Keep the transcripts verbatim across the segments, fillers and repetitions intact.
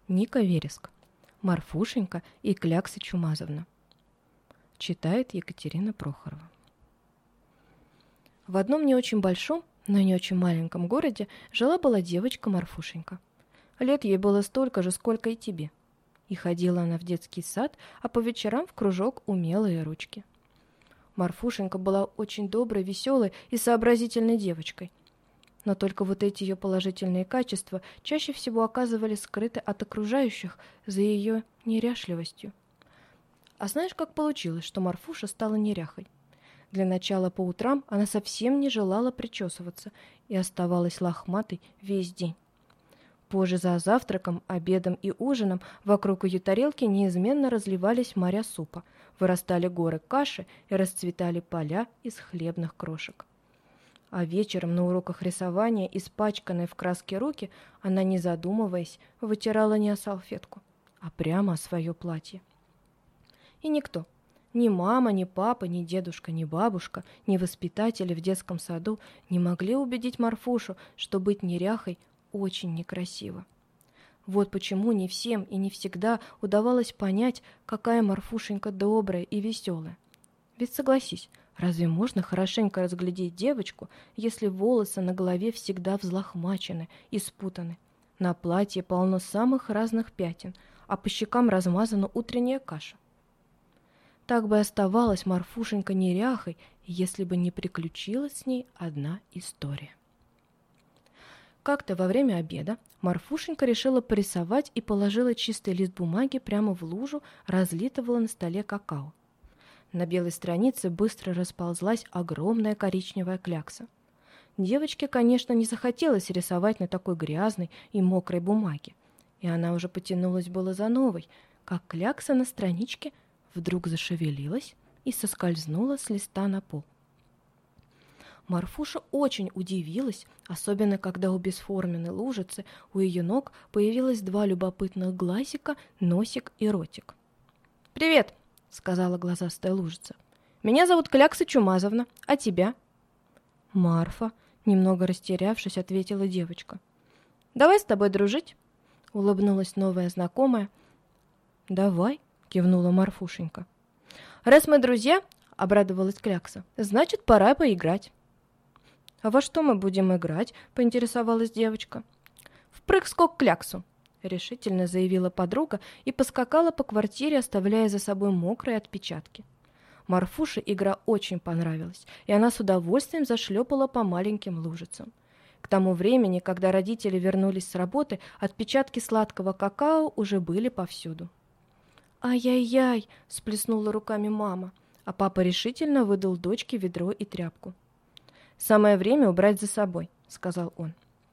Ника Вереск. Марфушенька и Клякса Чумазовна. Читает Екатерина Прохорова. В одном не очень большом, но и не очень маленьком городе жила-была девочка Марфушенька. Лет ей было столько же, сколько и тебе. И ходила она в детский сад, а по вечерам в кружок умелые ручки. Марфушенька была очень доброй, веселой и сообразительной девочкой. Но только вот эти ее положительные качества чаще всего оказывались скрыты от окружающих за ее неряшливостью. А знаешь, как получилось, что Марфуша стала неряхой? Для начала по утрам она совсем не желала причесываться и оставалась лохматой весь день. Позже за завтраком, обедом и ужином вокруг ее тарелки неизменно разливались моря супа, вырастали горы каши и расцветали поля из хлебных крошек. А вечером на уроках рисования, испачканной в краске руки, она, не задумываясь, вытирала не о салфетку, а прямо о свое платье. И никто, ни мама, ни папа, ни дедушка, ни бабушка, ни воспитатели в детском саду не могли убедить Марфушу, что быть неряхой очень некрасиво. Вот почему не всем и не всегда удавалось понять, какая Марфушенька добрая и веселая. Ведь согласись, разве можно хорошенько разглядеть девочку, если волосы на голове всегда взлохмачены и спутаны? На платье полно самых разных пятен, а по щекам размазана утренняя каша. Так бы оставалась Марфушенька неряхой, если бы не приключилась с ней одна история. Как-то во время обеда Марфушенька решила порисовать и положила чистый лист бумаги прямо в лужу разлитого на столе какао. На белой странице быстро расползлась огромная коричневая клякса. Девочке, конечно, не захотелось рисовать на такой грязной и мокрой бумаге, и она уже потянулась было за новой, как клякса на страничке вдруг зашевелилась и соскользнула с листа на пол. Марфуша очень удивилась, особенно когда у бесформенной лужицы у ее ног появилось два любопытных глазика, носик и ротик. «Привет!» — сказала глазастая лужица. «Меня зовут Клякса Чумазовна, а тебя?» «Марфа», — немного растерявшись, ответила девочка. «Давай с тобой дружить», — улыбнулась новая знакомая. «Давай», — кивнула Марфушенька. «Раз мы друзья», — обрадовалась Клякса, — «значит, пора поиграть». «А во что мы будем играть?» — поинтересовалась девочка. «В прыг-скок-кляксу», — решительно заявила подруга и поскакала по квартире, оставляя за собой мокрые отпечатки. Марфуше игра очень понравилась, и она с удовольствием зашлепала по маленьким лужицам. К тому времени, когда родители вернулись с работы, отпечатки сладкого какао уже были повсюду. «Ай-яй-яй!» — сплеснула руками мама, а папа решительно выдал дочке ведро и тряпку. «Самое время убрать за собой», — сказал он.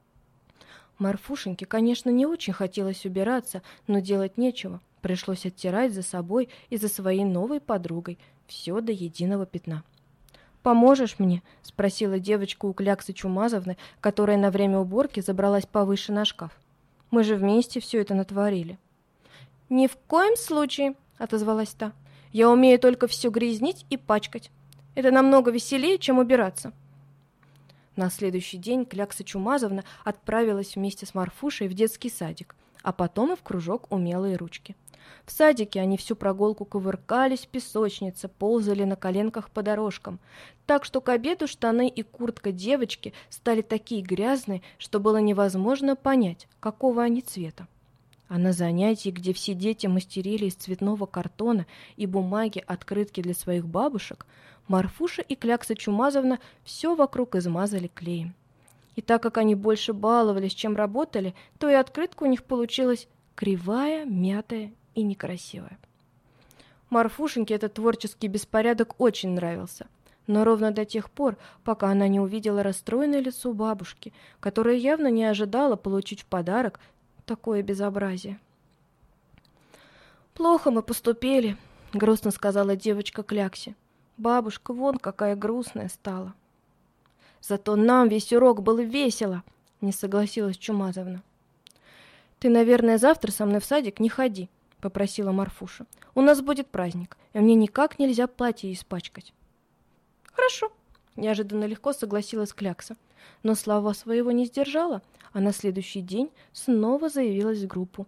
Марфушеньке, конечно, не очень хотелось убираться, но делать нечего. Пришлось оттирать за собой и за своей новой подругой все до единого пятна. «Поможешь мне?» — спросила девочка у Кляксы Чумазовны, которая на время уборки забралась повыше на шкаф. «Мы же вместе все это натворили». «Ни в коем случае», — отозвалась та. «Я умею только все грязнить и пачкать. Это намного веселее, чем убираться». На следующий день Клякса Чумазовна отправилась вместе с Марфушей в детский садик, а потом и в кружок «Умелые ручки». В садике они всю прогулку кувыркались в песочнице, ползали на коленках по дорожкам, так что к обеду штаны и куртка девочки стали такие грязные, что было невозможно понять, какого они цвета. А на занятии, где все дети мастерили из цветного картона и бумаги открытки для своих бабушек, Марфуша и Клякса Чумазовна все вокруг измазали клеем. И так как они больше баловались, чем работали, то и открытка у них получилась кривая, мятая и некрасивая. Марфушеньке этот творческий беспорядок очень нравился, но ровно до тех пор, пока она не увидела расстроенное лицо бабушки, которая явно не ожидала получить в подарок такое безобразие. «Плохо мы поступили», — грустно сказала девочка Кляксе. «Бабушка вон какая грустная стала». «Зато нам весь урок было весело», — не согласилась Чумазовна. «Ты, наверное, завтра со мной в садик не ходи», — попросила Марфуша. «У нас будет праздник, и мне никак нельзя платье испачкать». «Хорошо», — неожиданно легко согласилась Клякса, но слова своего не сдержала, а на следующий день снова заявилась в группу,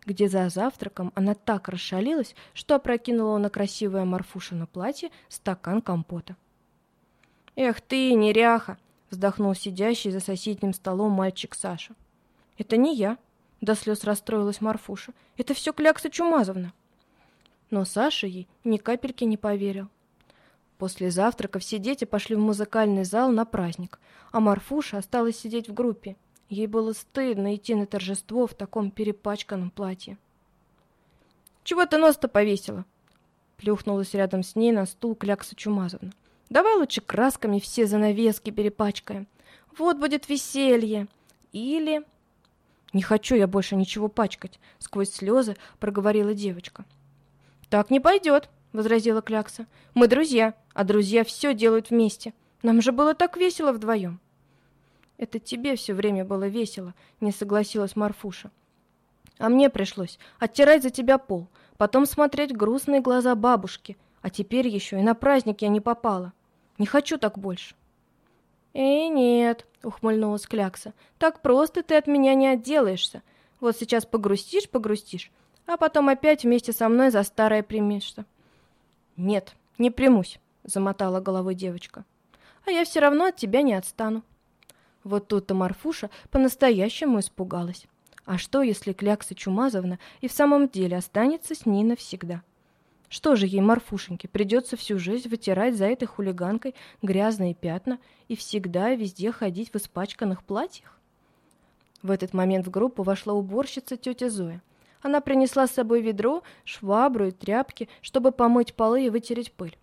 где за завтраком она так расшалилась, что опрокинула на красивое Марфушино платье стакан компота. «Эх ты, неряха!» — вздохнул сидящий за соседним столом мальчик Саша. «Это не я!» — до слез расстроилась Марфуша. «Это все Клякса Чумазовна!» Но Саша ей ни капельки не поверил. После завтрака все дети пошли в музыкальный зал на праздник, а Марфуша осталась сидеть в группе. Ей было стыдно идти на торжество в таком перепачканном платье. «Чего ты нос-то повесила?» — плюхнулась рядом с ней на стул Клякса Чумазовна. «Давай лучше красками все занавески перепачкаем. Вот будет веселье. Или...» «Не хочу я больше ничего пачкать», — сквозь слезы проговорила девочка. «Так не пойдет», — возразила Клякса. «Мы друзья, а друзья все делают вместе. Нам же было так весело вдвоем». «Это тебе все время было весело», — не согласилась Марфуша. «А мне пришлось оттирать за тебя пол, потом смотреть в грустные глаза бабушки, а теперь еще и на праздник я не попала. Не хочу так больше». «Эй, нет», — ухмыльнулась Клякса, — «так просто ты от меня не отделаешься. Вот сейчас погрустишь, погрустишь, а потом опять вместе со мной за старое примешься». «Нет, не примусь», — замотала головой девочка. «А я все равно от тебя не отстану». Вот тут-то Марфуша по-настоящему испугалась. А что, если Клякса Чумазовна и в самом деле останется с ней навсегда? Что же ей, Марфушеньке, придется всю жизнь вытирать за этой хулиганкой грязные пятна и всегда и везде ходить в испачканных платьях? В этот момент в группу вошла уборщица тетя Зоя. Она принесла с собой ведро, швабру и тряпки, чтобы помыть полы и вытереть пыль.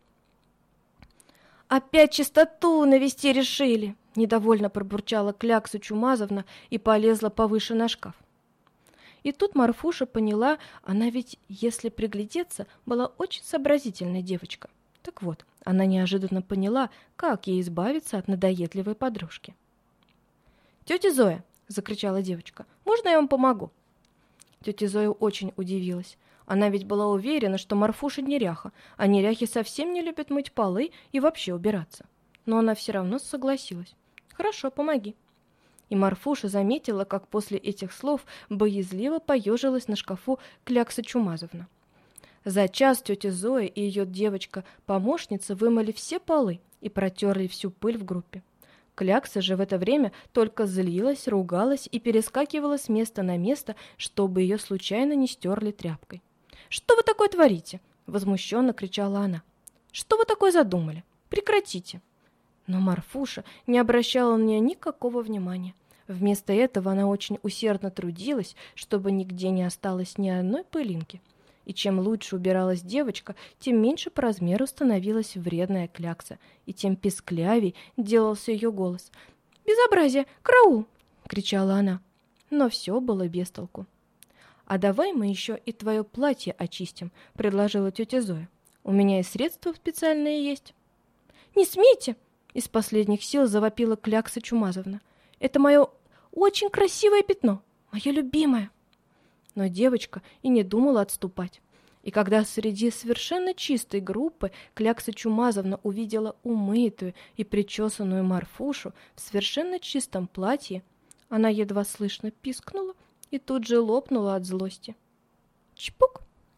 «Опять чистоту навести решили!» — недовольно пробурчала Клякса Чумазовна и полезла повыше на шкаф. И тут Марфуша поняла, она ведь, если приглядеться, была очень сообразительная девочка. Так вот, она неожиданно поняла, как ей избавиться от надоедливой подружки. «Тетя Зоя!» — закричала девочка. «Можно я вам помогу?» Тетя Зоя очень удивилась. Она ведь была уверена, что Марфуша неряха, а неряхи совсем не любят мыть полы и вообще убираться. Но она все равно согласилась. «Хорошо, помоги». И Марфуша заметила, как после этих слов боязливо поежилась на шкафу Клякса Чумазовна. За час тетя Зоя и ее девочка-помощница вымыли все полы и протерли всю пыль в группе. Клякса же в это время только злилась, ругалась и перескакивала с места на место, чтобы ее случайно не стерли тряпкой. «Что вы такое творите?» — возмущенно кричала она. «Что вы такое задумали? Прекратите!» Но Марфуша не обращала на нее никакого внимания. Вместо этого она очень усердно трудилась, чтобы нигде не осталось ни одной пылинки. И чем лучше убиралась девочка, тем меньше по размеру становилась вредная Клякса, и тем песклявей делался ее голос. «Безобразие! Караул!» — кричала она. Но все было без толку. «А давай мы еще и твое платье очистим», — предложила тетя Зоя. «У меня и средства специальные есть». «Не смейте!» — из последних сил завопила Клякса Чумазовна. «Это мое очень красивое пятно, мое любимое». Но девочка и не думала отступать. И когда среди совершенно чистой группы Клякса Чумазовна увидела умытую и причесанную Марфушу в совершенно чистом платье, она едва слышно пискнула и тут же лопнула от злости. Чпук!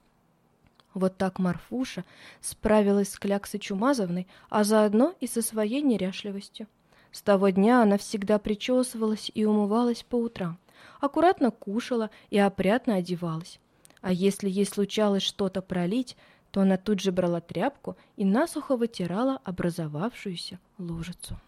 Вот так Марфуша справилась с Кляксой Чумазовной, а заодно и со своей неряшливостью. С того дня она всегда причесывалась и умывалась по утрам, аккуратно кушала и опрятно одевалась. А если ей случалось что-то пролить, то она тут же брала тряпку и насухо вытирала образовавшуюся лужицу.